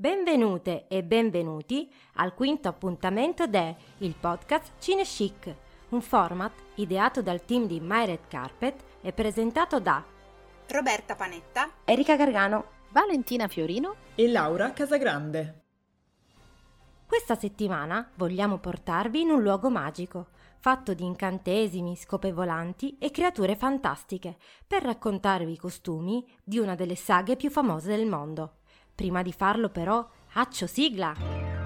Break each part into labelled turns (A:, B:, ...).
A: Benvenute e benvenuti al quinto appuntamento de Il Podcast Cinechic, un format ideato dal team di My Red Carpet e presentato da
B: Roberta Panetta,
A: Erika Gargano,
C: Valentina Fiorino
D: e Laura Casagrande.
A: Questa settimana vogliamo portarvi in un luogo magico, fatto di incantesimi, scope volanti e creature fantastiche, per raccontarvi i costumi di una delle saghe più famose del mondo. Prima di farlo però, accio sigla!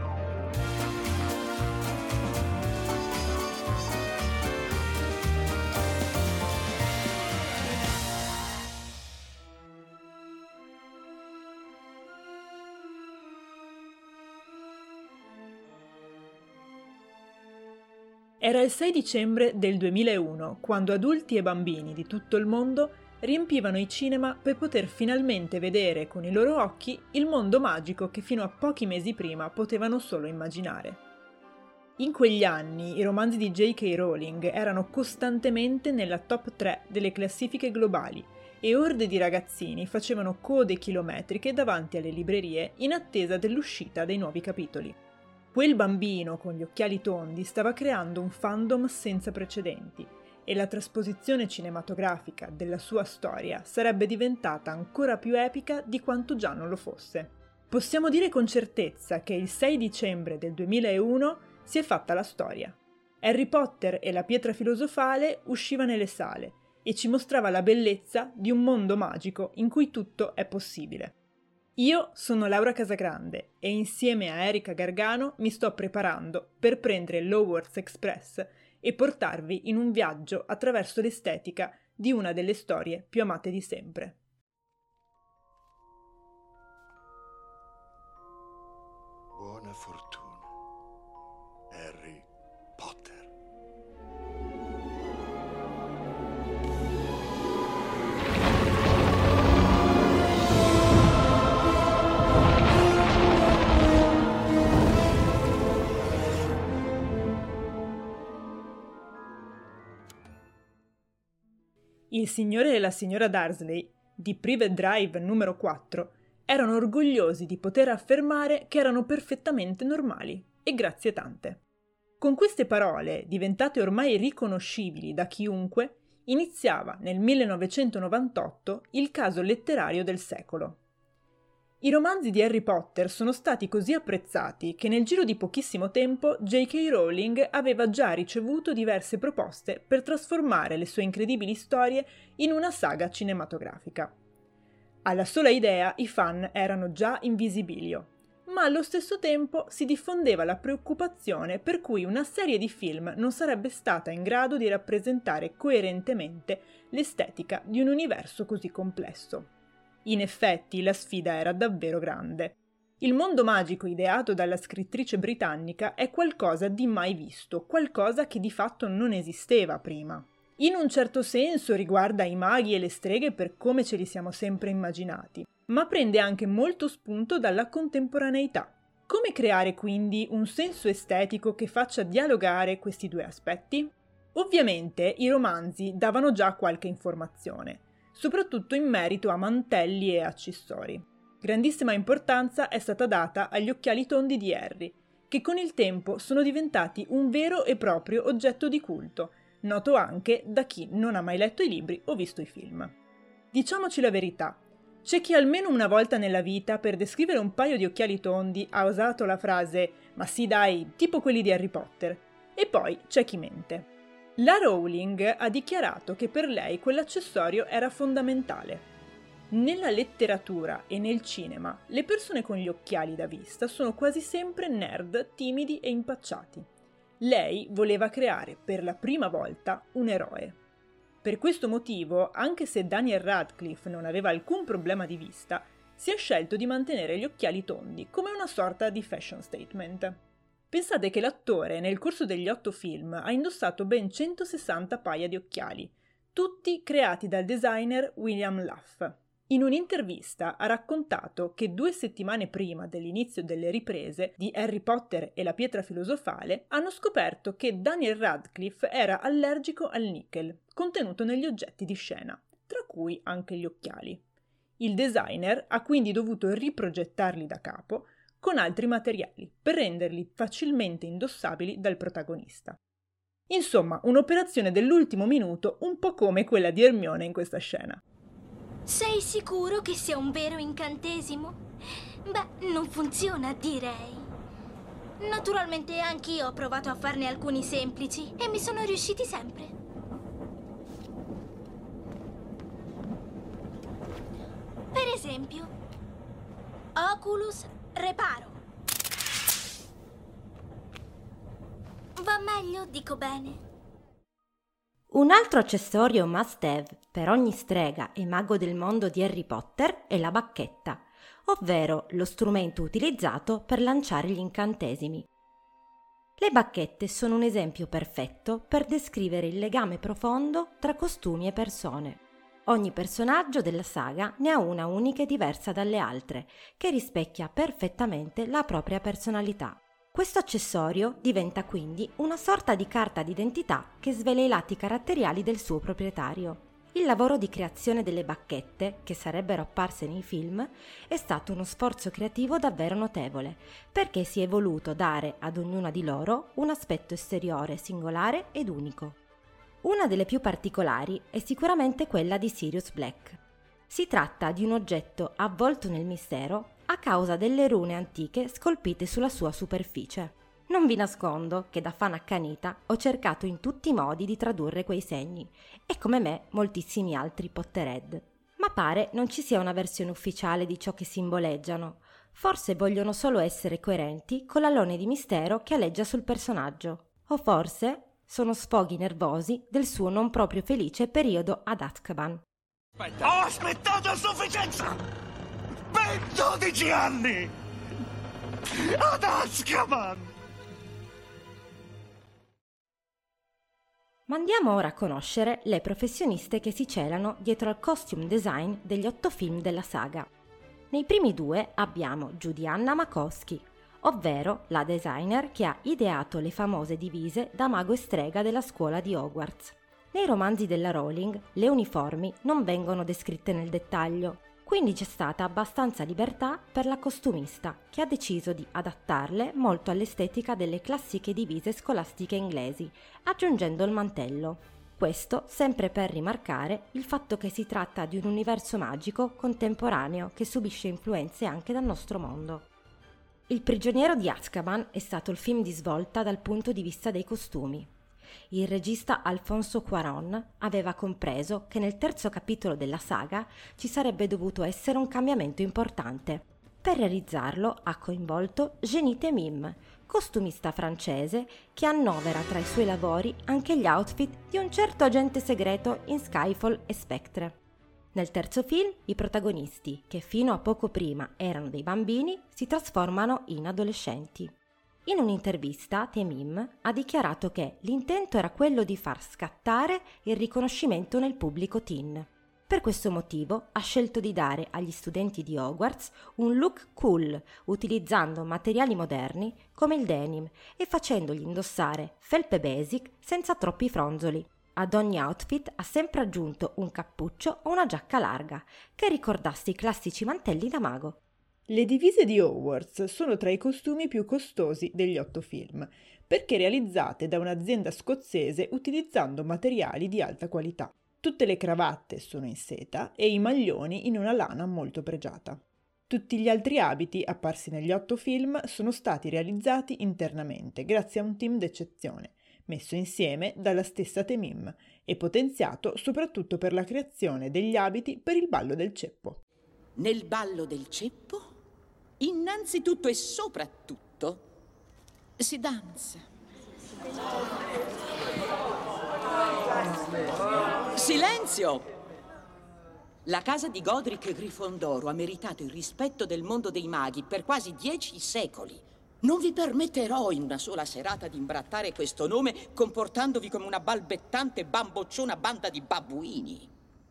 D: Era il 6 dicembre del 2001, quando adulti e bambini di tutto il mondo riempivano i cinema per poter finalmente vedere con i loro occhi il mondo magico che fino a pochi mesi prima potevano solo immaginare. In quegli anni i romanzi di J.K. Rowling erano costantemente nella top 3 delle classifiche globali e orde di ragazzini facevano code chilometriche davanti alle librerie in attesa dell'uscita dei nuovi capitoli. Quel bambino con gli occhiali tondi stava creando un fandom senza precedenti e la trasposizione cinematografica della sua storia sarebbe diventata ancora più epica di quanto già non lo fosse. Possiamo dire con certezza che il 6 dicembre del 2001 si è fatta la storia. Harry Potter e la pietra filosofale usciva nelle sale e ci mostrava la bellezza di un mondo magico in cui tutto è possibile. Io sono Laura Casagrande e insieme a Erika Gargano mi sto preparando per prendere l'Hogwarts Express e portarvi in un viaggio attraverso l'estetica di una delle storie più amate di sempre.
E: Buona fortuna, Harry Potter.
D: Il signore e la signora Dursley, di Privet Drive numero 4, erano orgogliosi di poter affermare che erano perfettamente normali, e grazie tante. Con queste parole, diventate ormai riconoscibili da chiunque, iniziava nel 1998 il caso letterario del secolo. I romanzi di Harry Potter sono stati così apprezzati che nel giro di pochissimo tempo J.K. Rowling aveva già ricevuto diverse proposte per trasformare le sue incredibili storie in una saga cinematografica. Alla sola idea i fan erano già in visibilio, ma allo stesso tempo si diffondeva la preoccupazione per cui una serie di film non sarebbe stata in grado di rappresentare coerentemente l'estetica di un universo così complesso. In effetti, la sfida era davvero grande. Il mondo magico ideato dalla scrittrice britannica è qualcosa di mai visto, qualcosa che di fatto non esisteva prima. In un certo senso riguarda i maghi e le streghe per come ce li siamo sempre immaginati, ma prende anche molto spunto dalla contemporaneità. Come creare quindi un senso estetico che faccia dialogare questi due aspetti? Ovviamente i romanzi davano già qualche informazione, soprattutto in merito a mantelli e accessori. Grandissima importanza è stata data agli occhiali tondi di Harry, che con il tempo sono diventati un vero e proprio oggetto di culto, noto anche da chi non ha mai letto i libri o visto i film. Diciamoci la verità, c'è chi almeno una volta nella vita per descrivere un paio di occhiali tondi ha usato la frase «ma sì dai, tipo quelli di Harry Potter», e poi c'è chi mente. La Rowling ha dichiarato che per lei quell'accessorio era fondamentale. Nella letteratura e nel cinema, le persone con gli occhiali da vista sono quasi sempre nerd, timidi e impacciati. Lei voleva creare per la prima volta un eroe. Per questo motivo, anche se Daniel Radcliffe non aveva alcun problema di vista, si è scelto di mantenere gli occhiali tondi come una sorta di fashion statement. Pensate che l'attore nel corso degli 8 film ha indossato ben 160 paia di occhiali, tutti creati dal designer William Luff. In un'intervista ha raccontato che 2 settimane prima dell'inizio delle riprese di Harry Potter e la pietra filosofale hanno scoperto che Daniel Radcliffe era allergico al nickel, contenuto negli oggetti di scena, tra cui anche gli occhiali. Il designer ha quindi dovuto riprogettarli da capo, con altri materiali per renderli facilmente indossabili dal protagonista. Insomma, un'operazione dell'ultimo minuto un po' come quella di Hermione in questa scena.
C: Sei sicuro che sia un vero incantesimo? Beh, non funziona, direi. Naturalmente anch'io ho provato a farne alcuni semplici e mi sono riusciti sempre. Per esempio, Oculus Reparo. Va meglio, dico bene.
A: Un altro accessorio must-have per ogni strega e mago del mondo di Harry Potter è la bacchetta, ovvero lo strumento utilizzato per lanciare gli incantesimi. Le bacchette sono un esempio perfetto per descrivere il legame profondo tra costumi e persone. Ogni personaggio della saga ne ha una unica e diversa dalle altre, che rispecchia perfettamente la propria personalità. Questo accessorio diventa quindi una sorta di carta d'identità che svela i lati caratteriali del suo proprietario. Il lavoro di creazione delle bacchette, che sarebbero apparse nei film, è stato uno sforzo creativo davvero notevole, perché si è voluto dare ad ognuna di loro un aspetto esteriore singolare ed unico. Una delle più particolari è sicuramente quella di Sirius Black. Si tratta di un oggetto avvolto nel mistero a causa delle rune antiche scolpite sulla sua superficie. Non vi nascondo che da fan accanita ho cercato in tutti i modi di tradurre quei segni e come me moltissimi altri Potterhead. Ma pare non ci sia una versione ufficiale di ciò che simboleggiano. Forse vogliono solo essere coerenti con l'alone di mistero che aleggia sul personaggio. O forse sono sfoghi nervosi del suo non proprio felice periodo ad Azkaban.
F: Ho aspettato a sufficienza! Ben 12 anni! Ad Azkaban!
A: Ma andiamo ora a conoscere le professioniste che si celano dietro al costume design degli 8 film della saga. Nei primi 2 abbiamo Judianna Makowski, ovvero la designer che ha ideato le famose divise da mago e strega della scuola di Hogwarts. Nei romanzi della Rowling le uniformi non vengono descritte nel dettaglio, quindi c'è stata abbastanza libertà per la costumista, che ha deciso di adattarle molto all'estetica delle classiche divise scolastiche inglesi, aggiungendo il mantello. Questo sempre per rimarcare il fatto che si tratta di un universo magico contemporaneo che subisce influenze anche dal nostro mondo. Il prigioniero di Azkaban è stato il film di svolta dal punto di vista dei costumi. Il regista Alfonso Cuarón aveva compreso che nel terzo capitolo della saga ci sarebbe dovuto essere un cambiamento importante. Per realizzarlo ha coinvolto Jenny Temim, costumista francese che annovera tra i suoi lavori anche gli outfit di un certo agente segreto in Skyfall e Spectre. Nel terzo film, i protagonisti, che fino a poco prima erano dei bambini, si trasformano in adolescenti. In un'intervista, Temim ha dichiarato che l'intento era quello di far scattare il riconoscimento nel pubblico teen. Per questo motivo ha scelto di dare agli studenti di Hogwarts un look cool, utilizzando materiali moderni come il denim e facendogli indossare felpe basic senza troppi fronzoli. Ad ogni outfit ha sempre aggiunto un cappuccio o una giacca larga, che ricordasse i classici mantelli da mago.
D: Le divise di Hogwarts sono tra i costumi più costosi degli 8 film, perché realizzate da un'azienda scozzese utilizzando materiali di alta qualità. Tutte le cravatte sono in seta e i maglioni in una lana molto pregiata. Tutti gli altri abiti apparsi negli 8 film sono stati realizzati internamente grazie a un team d'eccezione, messo insieme dalla stessa Temim e potenziato soprattutto per la creazione degli abiti per il ballo del ceppo.
G: Nel ballo del ceppo, innanzitutto e soprattutto, si danza. Silenzio! La casa di Godric Grifondoro ha meritato il rispetto del mondo dei maghi per quasi 10 secoli. Non vi permetterò in una sola serata di imbrattare questo nome comportandovi come una balbettante bambocciona banda di babbuini.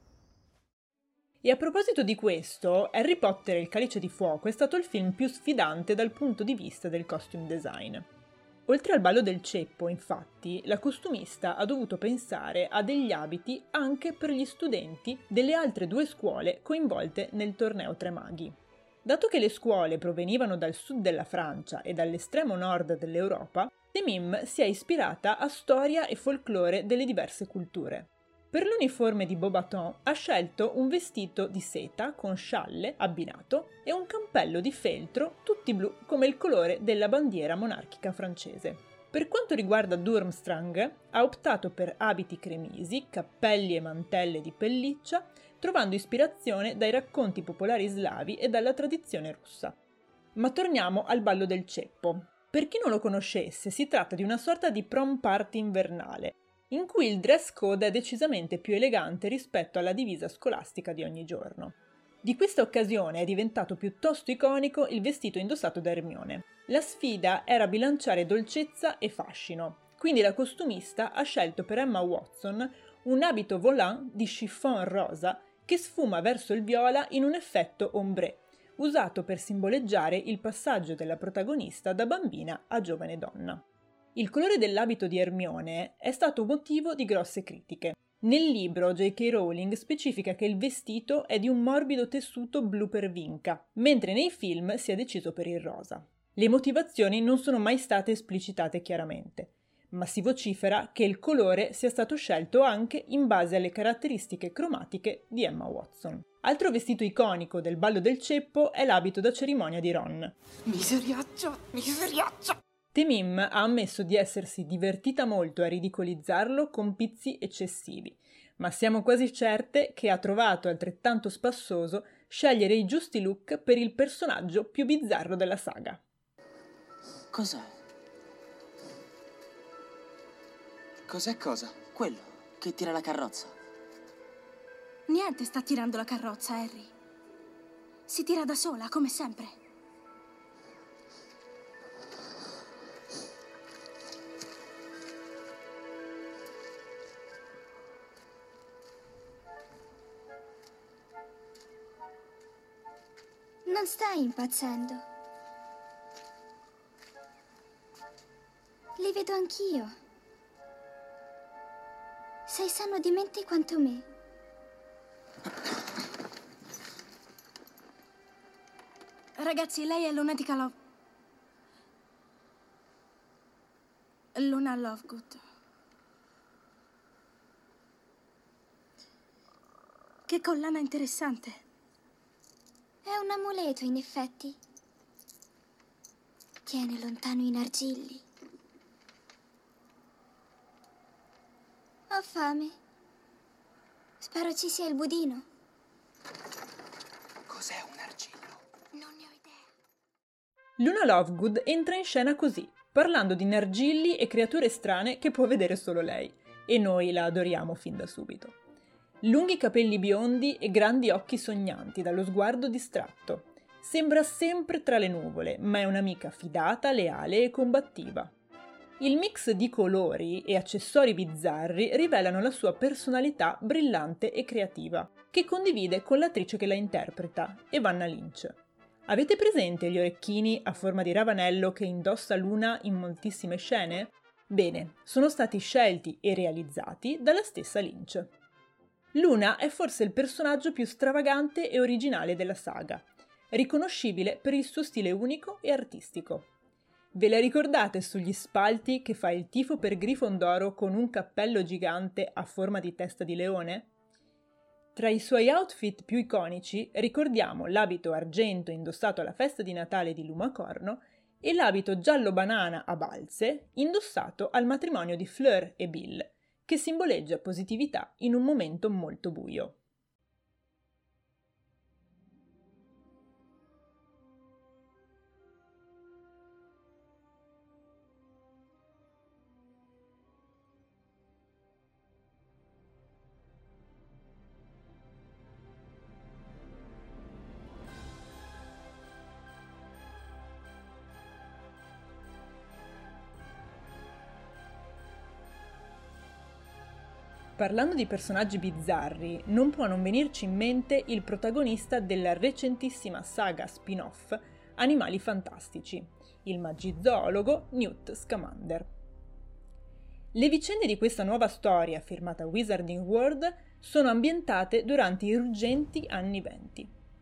D: E a proposito di questo, Harry Potter e il Calice di Fuoco è stato il film più sfidante dal punto di vista del costume design. Oltre al ballo del ceppo, infatti, la costumista ha dovuto pensare a degli abiti anche per gli studenti delle altre 2 scuole coinvolte nel torneo Tre Maghi. Dato che le scuole provenivano dal sud della Francia e dall'estremo nord dell'Europa, Temim si è ispirata a storia e folklore delle diverse culture. Per l'uniforme di Beauxbatons ha scelto un vestito di seta con scialle abbinato e un cappello di feltro, tutti blu come il colore della bandiera monarchica francese. Per quanto riguarda Durmstrang, ha optato per abiti cremisi, cappelli e mantelle di pelliccia, trovando ispirazione dai racconti popolari slavi e dalla tradizione russa. Ma torniamo al ballo del ceppo. Per chi non lo conoscesse, si tratta di una sorta di prom party invernale, in cui il dress code è decisamente più elegante rispetto alla divisa scolastica di ogni giorno. Di questa occasione è diventato piuttosto iconico il vestito indossato da Hermione. La sfida era bilanciare dolcezza e fascino, quindi la costumista ha scelto per Emma Watson un abito volant di chiffon rosa che sfuma verso il viola in un effetto ombré, usato per simboleggiare il passaggio della protagonista da bambina a giovane donna. Il colore dell'abito di Hermione è stato motivo di grosse critiche. Nel libro J.K. Rowling specifica che il vestito è di un morbido tessuto blu per vinca, mentre nei film si è deciso per il rosa. Le motivazioni non sono mai state esplicitate chiaramente, ma si vocifera che il colore sia stato scelto anche in base alle caratteristiche cromatiche di Emma Watson. Altro vestito iconico del ballo del ceppo è l'abito da cerimonia di Ron.
G: Miseriaccia, miseriaccia!
D: Temim ha ammesso di essersi divertita molto a ridicolizzarlo con pizzi eccessivi, ma siamo quasi certe che ha trovato altrettanto spassoso scegliere i giusti look per il personaggio più bizzarro della saga.
H: Cos'è? Cos'è cosa? Quello che tira la carrozza.
C: Niente sta tirando la carrozza, Harry. Si tira da sola, come sempre.
I: Non stai impazzendo. Li vedo anch'io. Sei sano di mente quanto me.
C: Ragazzi, lei è lunatica Luna Lovegood. Che collana interessante.
I: È un amuleto, in effetti. Tiene lontano i nargilli. Ho fame. Spero ci sia il budino.
H: Cos'è un argillo?
I: Non ne ho idea.
D: Luna Lovegood entra in scena così, parlando di nargilli e creature strane che può vedere solo lei, e noi la adoriamo fin da subito. Lunghi capelli biondi e grandi occhi sognanti dallo sguardo distratto. Sembra sempre tra le nuvole, ma è un'amica fidata, leale e combattiva. Il mix di colori e accessori bizzarri rivelano la sua personalità brillante e creativa, che condivide con l'attrice che la interpreta, Evanna Lynch. Avete presente gli orecchini a forma di ravanello che indossa Luna in moltissime scene? Bene, sono stati scelti e realizzati dalla stessa Lynch. Luna è forse il personaggio più stravagante e originale della saga, riconoscibile per il suo stile unico e artistico. Ve la ricordate sugli spalti che fa il tifo per Grifondoro con un cappello gigante a forma di testa di leone? Tra i suoi outfit più iconici ricordiamo l'abito argento indossato alla festa di Natale di Lumacorno e l'abito giallo banana a balze indossato al matrimonio di Fleur e Bill, che simboleggia positività in un momento molto buio. Parlando di personaggi bizzarri, non può non venirci in mente il protagonista della recentissima saga spin-off Animali Fantastici, il magizoologo Newt Scamander. Le vicende di questa nuova storia, firmata Wizarding World, sono ambientate durante i ruggenti anni '20.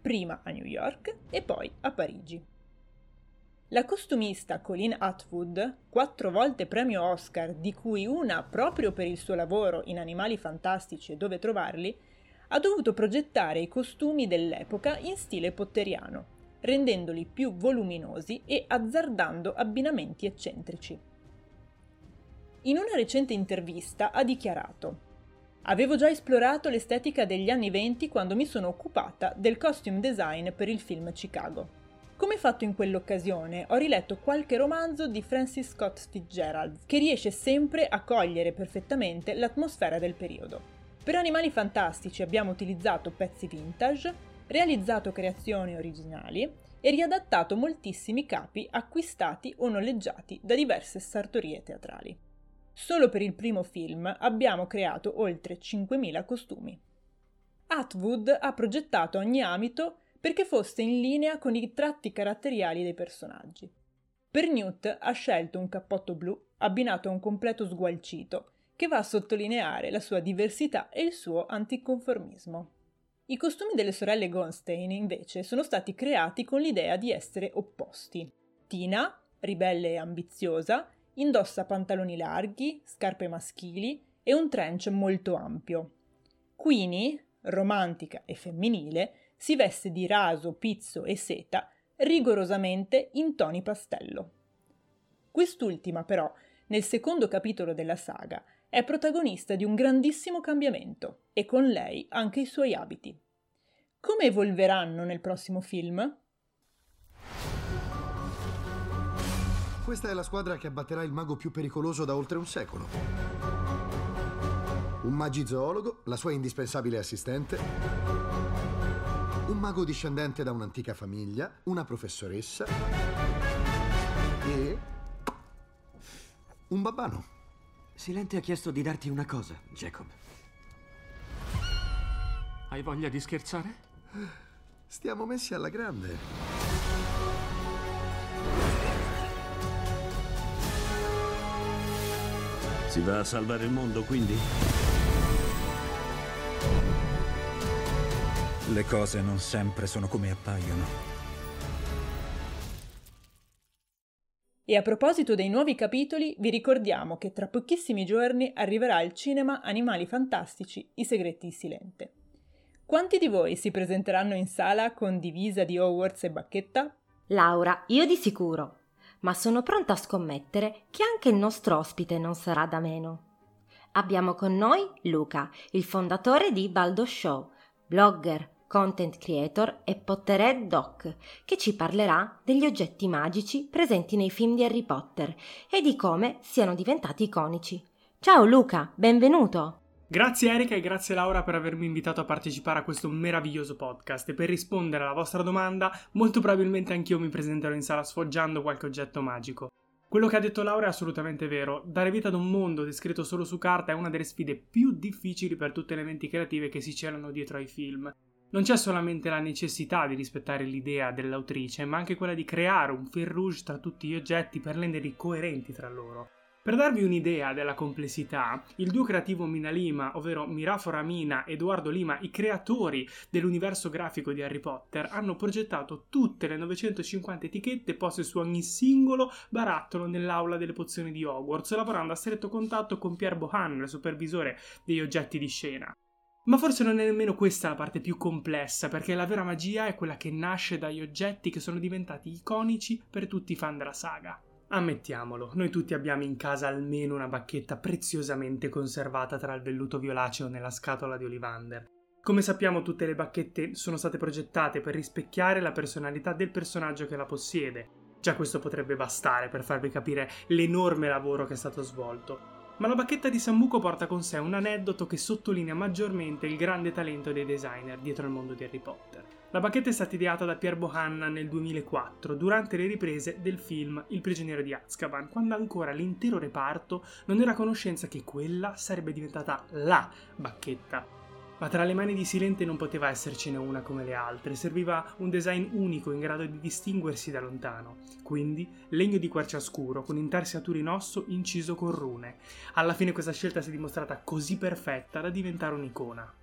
D: prima a New York e poi a Parigi. La costumista Colleen Atwood, 4 volte premio Oscar, di cui una proprio per il suo lavoro in Animali Fantastici e Dove trovarli, ha dovuto progettare i costumi dell'epoca in stile potteriano, rendendoli più voluminosi e azzardando abbinamenti eccentrici. In una recente intervista ha dichiarato: «Avevo già esplorato l'estetica degli anni '20 quando mi sono occupata del costume design per il film Chicago. Come fatto in quell'occasione, ho riletto qualche romanzo di Francis Scott Fitzgerald, che riesce sempre a cogliere perfettamente l'atmosfera del periodo. Per Animali Fantastici abbiamo utilizzato pezzi vintage, realizzato creazioni originali e riadattato moltissimi capi acquistati o noleggiati da diverse sartorie teatrali. Solo per il primo film abbiamo creato oltre 5.000 costumi». Atwood ha progettato ogni abito perché fosse in linea con i tratti caratteriali dei personaggi. Per Newt ha scelto un cappotto blu abbinato a un completo sgualcito, che va a sottolineare la sua diversità e il suo anticonformismo. I costumi delle sorelle Gonstein, invece, sono stati creati con l'idea di essere opposti. Tina, ribelle e ambiziosa, indossa pantaloni larghi, scarpe maschili e un trench molto ampio. Queenie, romantica e femminile, si veste di raso, pizzo e seta, rigorosamente in toni pastello. Quest'ultima, però, nel secondo capitolo della saga, è protagonista di un grandissimo cambiamento, e con lei anche i suoi abiti. Come evolveranno nel prossimo film?
E: Questa è la squadra che abbatterà il mago più pericoloso da oltre un secolo. Un magizoologo, la sua indispensabile assistente, un mago discendente da un'antica famiglia, una professoressa e un babbano.
J: Silente ha chiesto di darti una cosa, Jacob.
K: Hai voglia di scherzare?
E: Stiamo messi alla grande.
L: Si va a salvare il mondo, quindi?
M: Le cose non sempre sono come appaiono.
D: E a proposito dei nuovi capitoli, vi ricordiamo che tra pochissimi giorni arriverà al cinema Animali Fantastici, I segreti di Silente. Quanti di voi si presenteranno in sala con divisa di Hogwarts e bacchetta?
A: Laura, io di sicuro, ma sono pronta a scommettere che anche il nostro ospite non sarà da meno. Abbiamo con noi Luca, il fondatore di Baldo Show, blogger, content creator e Potterhead Doc, che ci parlerà degli oggetti magici presenti nei film di Harry Potter e di come siano diventati iconici. Ciao Luca, benvenuto!
K: Grazie Erika e grazie Laura per avermi invitato a partecipare a questo meraviglioso podcast e per rispondere alla vostra domanda, molto probabilmente anch'io mi presenterò in sala sfoggiando qualche oggetto magico. Quello che ha detto Laura è assolutamente vero. Dare vita ad un mondo descritto solo su carta è una delle sfide più difficili per tutte le menti creative che si celano dietro ai film. Non c'è solamente la necessità di rispettare l'idea dell'autrice, ma anche quella di creare un fil rouge tra tutti gli oggetti per renderli coerenti tra loro. Per darvi un'idea della complessità, il duo creativo Mina Lima, ovvero Mirafora Mina e Edoardo Lima, i creatori dell'universo grafico di Harry Potter, hanno progettato tutte le 950 etichette poste su ogni singolo barattolo nell'aula delle pozioni di Hogwarts, lavorando a stretto contatto con Pierre Bohan, il supervisore degli oggetti di scena. Ma forse non è nemmeno questa la parte più complessa, perché la vera magia è quella che nasce dagli oggetti che sono diventati iconici per tutti i fan della saga. Ammettiamolo, noi tutti abbiamo in casa almeno una bacchetta preziosamente conservata tra il velluto violaceo nella scatola di Ollivander. Come sappiamo, tutte le bacchette sono state progettate per rispecchiare la personalità del personaggio che la possiede. Già questo potrebbe bastare per farvi capire l'enorme lavoro che è stato svolto. Ma la bacchetta di Sambuco porta con sé un aneddoto che sottolinea maggiormente il grande talento dei designer dietro il mondo di Harry Potter. La bacchetta è stata ideata da Pierre Bohan nel 2004, durante le riprese del film Il prigioniero di Azkaban, quando ancora l'intero reparto non era a conoscenza che quella sarebbe diventata la bacchetta. Ma tra le mani di Silente non poteva essercene una come le altre, serviva un design unico in grado di distinguersi da lontano. Quindi legno di quercia scuro con intarsiature in osso inciso con rune. Alla fine questa scelta si è dimostrata così perfetta da diventare un'icona.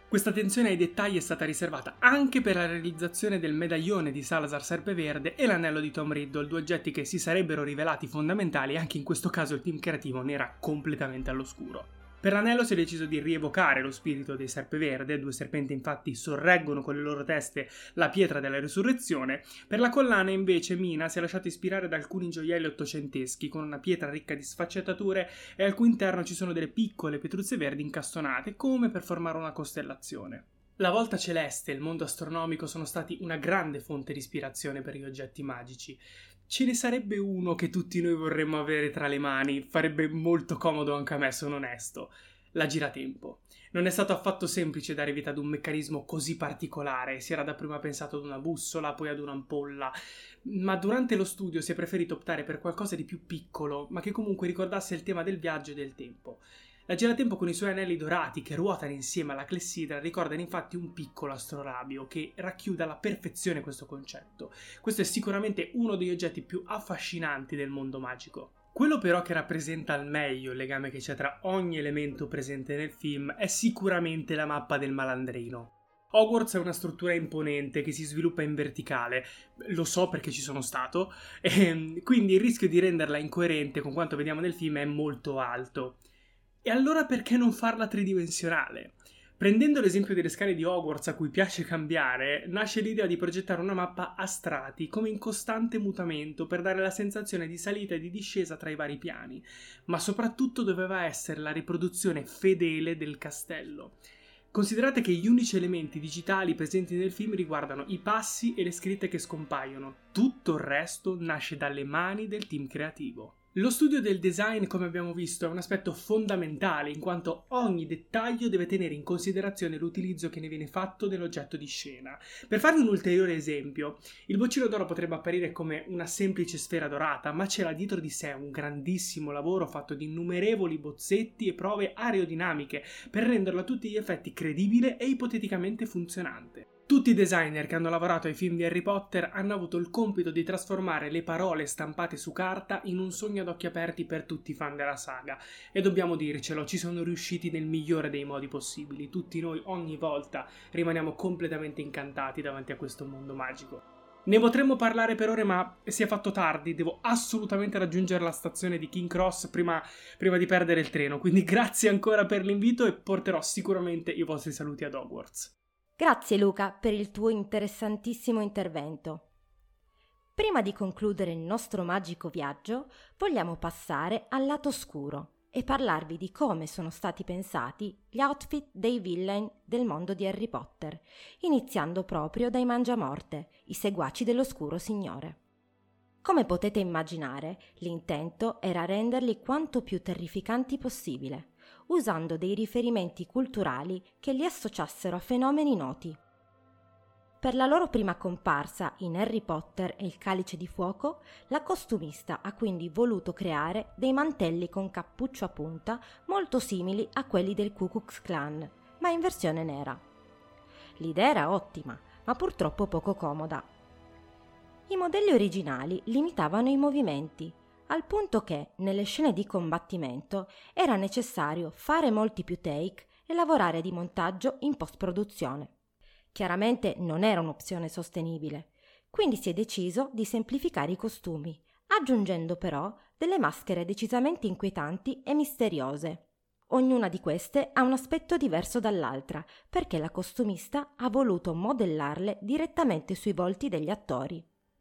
K: Questa attenzione ai dettagli è stata riservata anche per la realizzazione del medaglione di Salazar Serpeverde e l'anello di Tom Riddle, due oggetti che si sarebbero rivelati fondamentali e anche in questo caso il team creativo ne era completamente all'oscuro. Per l'anello si è deciso di rievocare lo spirito dei Serpeverde, due serpenti infatti sorreggono con le loro teste la pietra della risurrezione. Per la collana invece Mina si è lasciata ispirare da alcuni gioielli ottocenteschi con una pietra ricca di sfaccettature e al cui interno ci sono delle piccole pietruzze verdi incastonate come per formare una costellazione. La volta celeste e il mondo astronomico sono stati una grande fonte di ispirazione per gli oggetti magici. Ce ne sarebbe uno che tutti noi vorremmo avere tra le mani, farebbe molto comodo anche a me, sono onesto. La giratempo. Non è stato affatto semplice dare vita ad un meccanismo così particolare, si era dapprima pensato ad una bussola, poi ad un'ampolla, ma durante lo studio si è preferito optare per qualcosa di più piccolo, ma che comunque ricordasse il tema del viaggio e del tempo. La giratempo con i suoi anelli dorati che ruotano insieme alla clessidra ricordano infatti un piccolo astrolabio che racchiude alla perfezione questo concetto. Questo è sicuramente uno degli oggetti più affascinanti del mondo magico. Quello però che rappresenta al meglio il legame che c'è tra ogni elemento presente nel film è sicuramente la mappa del malandrino. Hogwarts è una struttura imponente che si sviluppa in verticale, lo so perché ci sono stato, e quindi il rischio di renderla incoerente con quanto vediamo nel film è molto alto. E allora perché non farla tridimensionale? Prendendo l'esempio delle scale di Hogwarts a cui piace cambiare, nasce l'idea di progettare una mappa a strati, come in costante mutamento, per dare la sensazione di salita e di discesa tra i vari piani, ma soprattutto doveva essere la riproduzione fedele del castello. Considerate che gli unici elementi digitali presenti nel film riguardano i passi e le scritte che scompaiono, tutto il resto nasce dalle mani del team creativo. Lo studio del design, come abbiamo visto, è un aspetto fondamentale in quanto ogni dettaglio deve tenere in considerazione l'utilizzo che ne viene fatto dell'oggetto di scena. Per farvi un ulteriore esempio, il boccino d'oro potrebbe apparire come una semplice sfera dorata, ma c'era dietro di sé un grandissimo lavoro fatto di innumerevoli bozzetti e prove aerodinamiche per renderlo a tutti gli effetti credibile e ipoteticamente funzionante. Tutti i designer che hanno lavorato ai film di Harry Potter hanno avuto il compito di trasformare le parole stampate su carta in un sogno ad occhi aperti per tutti i fan della saga. E dobbiamo dircelo, ci sono riusciti nel migliore dei modi possibili. Tutti noi ogni volta rimaniamo completamente incantati davanti a questo mondo magico. Ne potremmo parlare per ore, ma si è fatto tardi, devo assolutamente raggiungere la stazione di King Cross prima di perdere il treno, quindi grazie ancora per l'invito e porterò sicuramente i vostri saluti ad Hogwarts.
A: Grazie Luca per il tuo interessantissimo intervento. Prima di concludere il nostro magico viaggio, vogliamo passare al lato oscuro e parlarvi di come sono stati pensati gli outfit dei villain del mondo di Harry Potter, iniziando proprio dai Mangiamorte, i seguaci dell'Oscuro Signore. Come potete immaginare, l'intento era renderli quanto più terrificanti possibile, usando dei riferimenti culturali che li associassero a fenomeni noti. Per la loro prima comparsa in Harry Potter e il Calice di Fuoco, la costumista ha quindi voluto creare dei mantelli con cappuccio a punta molto simili a quelli del Ku Klux Klan, ma in versione nera. L'idea era ottima, ma purtroppo poco comoda. I modelli originali limitavano i movimenti, al punto che, nelle scene di combattimento, era necessario fare molti più take e lavorare di montaggio in post-produzione. Chiaramente non era un'opzione sostenibile, quindi si è deciso di semplificare i costumi, aggiungendo però delle maschere decisamente inquietanti e misteriose. Ognuna di queste ha un aspetto diverso dall'altra, perché la costumista ha voluto modellarle direttamente sui volti degli attori.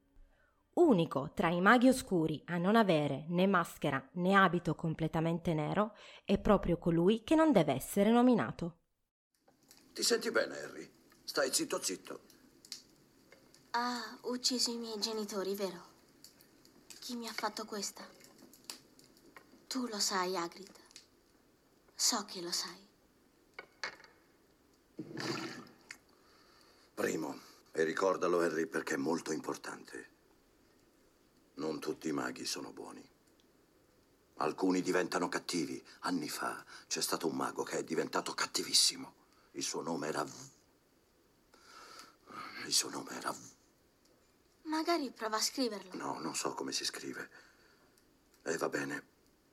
A: Unico tra i maghi oscuri a non avere né maschera né abito completamente nero è proprio colui che non deve essere nominato.
N: Ti senti bene, Harry? Stai zitto zitto.
I: Ha ucciso i miei genitori, vero? Chi mi ha fatto questa? Tu lo sai, Hagrid. So che lo sai.
N: Primo, e ricordalo, Harry, perché è molto importante. Non tutti i maghi sono buoni. Alcuni diventano cattivi. Anni fa c'è stato un mago che è diventato cattivissimo. Il suo nome era...
I: Magari prova a scriverlo.
N: No, non so come si scrive. E va bene.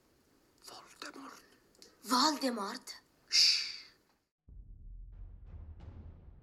N: Voldemort.
I: Voldemort?
N: Shh.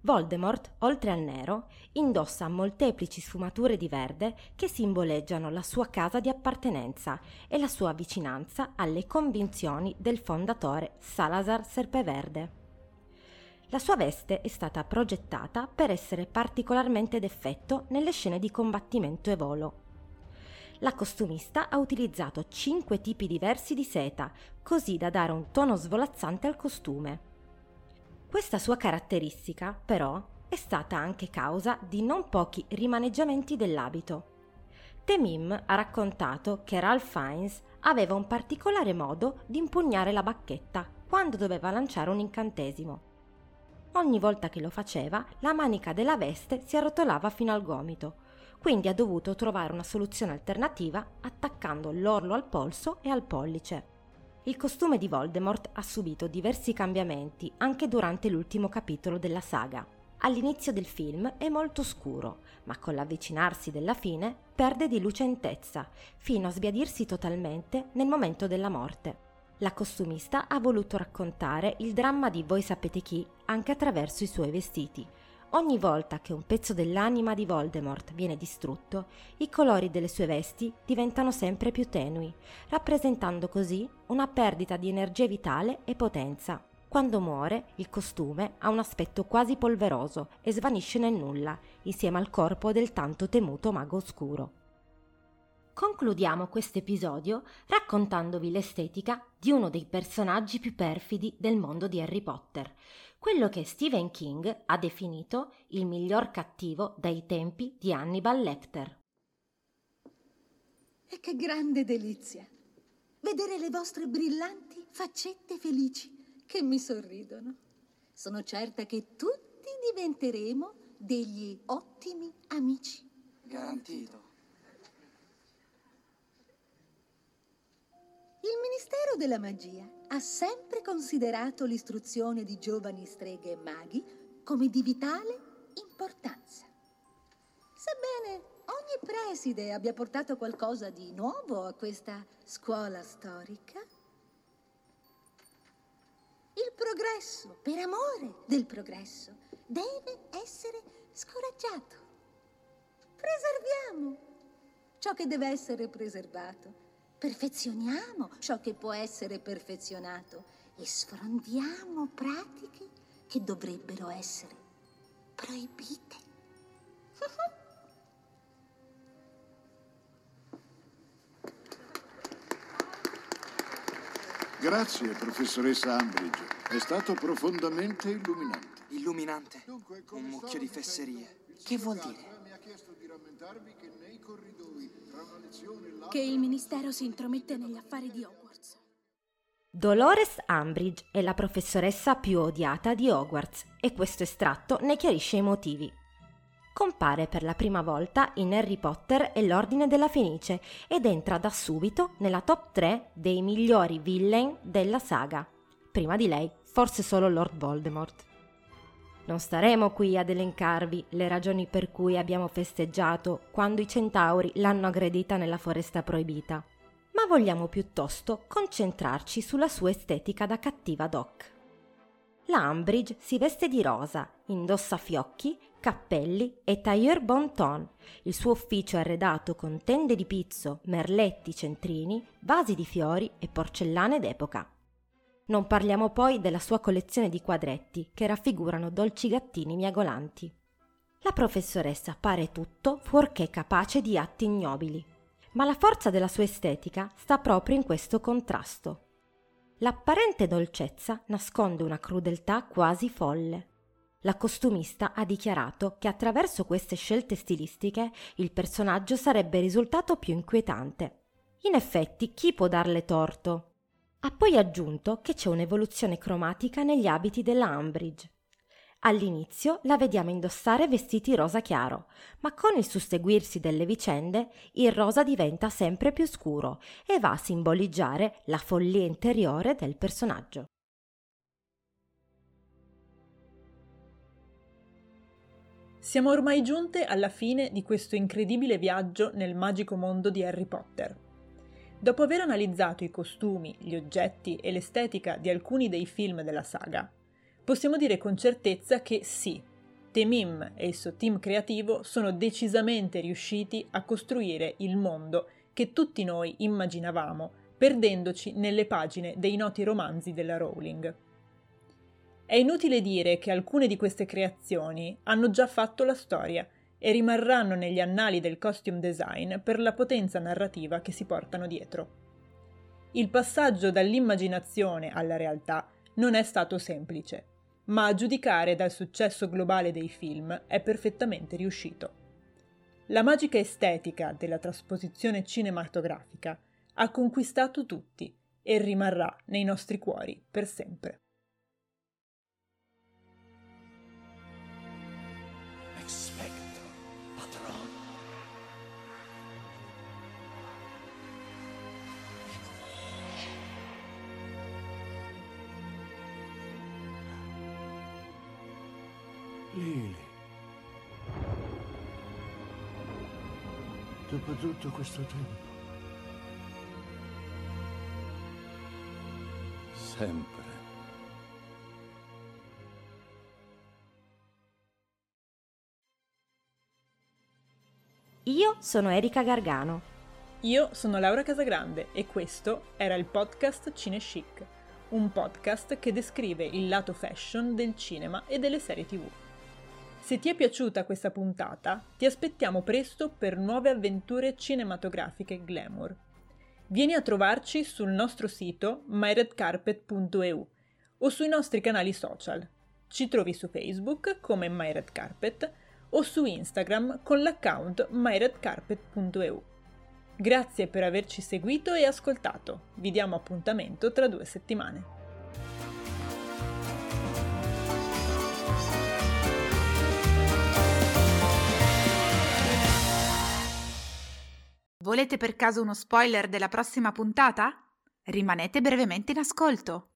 A: Voldemort, oltre al nero, indossa molteplici sfumature di verde che simboleggiano la sua casa di appartenenza e la sua vicinanza alle convinzioni del fondatore Salazar Serpeverde. La sua veste è stata progettata per essere particolarmente d'effetto nelle scene di combattimento e volo. La costumista ha utilizzato 5 tipi diversi di seta, così da dare un tono svolazzante al costume. Questa sua caratteristica, però, è stata anche causa di non pochi rimaneggiamenti dell'abito. Temim ha raccontato che Ralph Fiennes aveva un particolare modo di impugnare la bacchetta quando doveva lanciare un incantesimo. Ogni volta che lo faceva, la manica della veste si arrotolava fino al gomito, quindi ha dovuto trovare una soluzione alternativa attaccando l'orlo al polso e al pollice. Il costume di Voldemort ha subito diversi cambiamenti anche durante l'ultimo capitolo della saga. All'inizio del film è molto scuro, ma con l'avvicinarsi della fine perde di lucentezza, fino a sbiadirsi totalmente nel momento della morte. La costumista ha voluto raccontare il dramma di voi sapete chi anche attraverso i suoi vestiti. Ogni volta che un pezzo dell'anima di Voldemort viene distrutto, i colori delle sue vesti diventano sempre più tenui, rappresentando così una perdita di energia vitale e potenza. Quando muore, il costume ha un aspetto quasi polveroso e svanisce nel nulla, insieme al corpo del tanto temuto mago oscuro. Concludiamo questo episodio raccontandovi l'estetica di uno dei personaggi più perfidi del mondo di Harry Potter, quello che Stephen King ha definito il miglior cattivo dai tempi di Hannibal Lecter.
O: E che grande delizia vedere le vostre brillanti faccette felici che mi sorridono. Sono certa che tutti diventeremo degli ottimi amici.
H: Garantito.
O: Il Ministero della Magia ha sempre considerato l'istruzione di giovani streghe e maghi come di vitale importanza. Sebbene ogni preside abbia portato qualcosa di nuovo a questa scuola storica, il progresso, per amore del progresso, deve essere scoraggiato. Preserviamo ciò che deve essere preservato. Perfezioniamo ciò che può essere perfezionato e sfrondiamo pratiche che dovrebbero essere proibite.
P: Grazie, professoressa Umbridge. È stato profondamente illuminante.
H: Illuminante? Un mucchio di fesserie. Che vuol dire?
P: Mi ha chiesto di rammentarvi che nei corridoi tra una lezione e l'altra...
Q: Che il ministero si intromette negli affari di Hogwarts.
A: Dolores Umbridge è la professoressa più odiata di Hogwarts e questo estratto ne chiarisce i motivi. Compare per la prima volta in Harry Potter e l'Ordine della Fenice ed entra da subito nella top 3 dei migliori villain della saga. Prima di lei, forse solo Lord Voldemort. Non staremo qui ad elencarvi le ragioni per cui abbiamo festeggiato quando i centauri l'hanno aggredita nella foresta proibita, ma vogliamo piuttosto concentrarci sulla sua estetica da cattiva doc. La Umbridge si veste di rosa, indossa fiocchi, cappelli e tailleur bon ton. Il suo ufficio è arredato con tende di pizzo, merletti centrini, vasi di fiori e porcellane d'epoca. Non parliamo poi della sua collezione di quadretti che raffigurano dolci gattini miagolanti. La professoressa pare tutto fuorché capace di atti ignobili, ma la forza della sua estetica sta proprio in questo contrasto. L'apparente dolcezza nasconde una crudeltà quasi folle. La costumista ha dichiarato che attraverso queste scelte stilistiche il personaggio sarebbe risultato più inquietante. In effetti, chi può darle torto? Ha poi aggiunto che c'è un'evoluzione cromatica negli abiti della Umbridge. All'inizio la vediamo indossare vestiti rosa chiaro, ma con il susseguirsi delle vicende il rosa diventa sempre più scuro e va a simboleggiare la follia interiore del personaggio.
D: Siamo ormai giunte alla fine di questo incredibile viaggio nel magico mondo di Harry Potter. Dopo aver analizzato i costumi, gli oggetti e l'estetica di alcuni dei film della saga, possiamo dire con certezza che sì, Temim e il suo team creativo sono decisamente riusciti a costruire il mondo che tutti noi immaginavamo, perdendoci nelle pagine dei noti romanzi della Rowling. È inutile dire che alcune di queste creazioni hanno già fatto la storia e rimarranno negli annali del costume design per la potenza narrativa che si portano dietro. Il passaggio dall'immaginazione alla realtà non è stato semplice, ma a giudicare dal successo globale dei film è perfettamente riuscito. La magica estetica della trasposizione cinematografica ha conquistato tutti e rimarrà nei nostri cuori per sempre.
F: Expecto Patron.
P: Lily. Dopo tutto questo tempo.
L: Sempre.
A: Io sono Erika Gargano.
D: Io sono Laura Casagrande e questo era il podcast Cinechic, un podcast che descrive il lato fashion del cinema e delle serie TV. Se ti è piaciuta questa puntata, ti aspettiamo presto per nuove avventure cinematografiche glamour. Vieni a trovarci sul nostro sito myredcarpet.eu o sui nostri canali social. Ci trovi su Facebook come myredcarpet o su Instagram con l'account myredcarpet.eu. Grazie per averci seguito e ascoltato. Vi diamo appuntamento tra 2 settimane.
B: Volete per caso uno spoiler della prossima puntata? Rimanete brevemente in ascolto.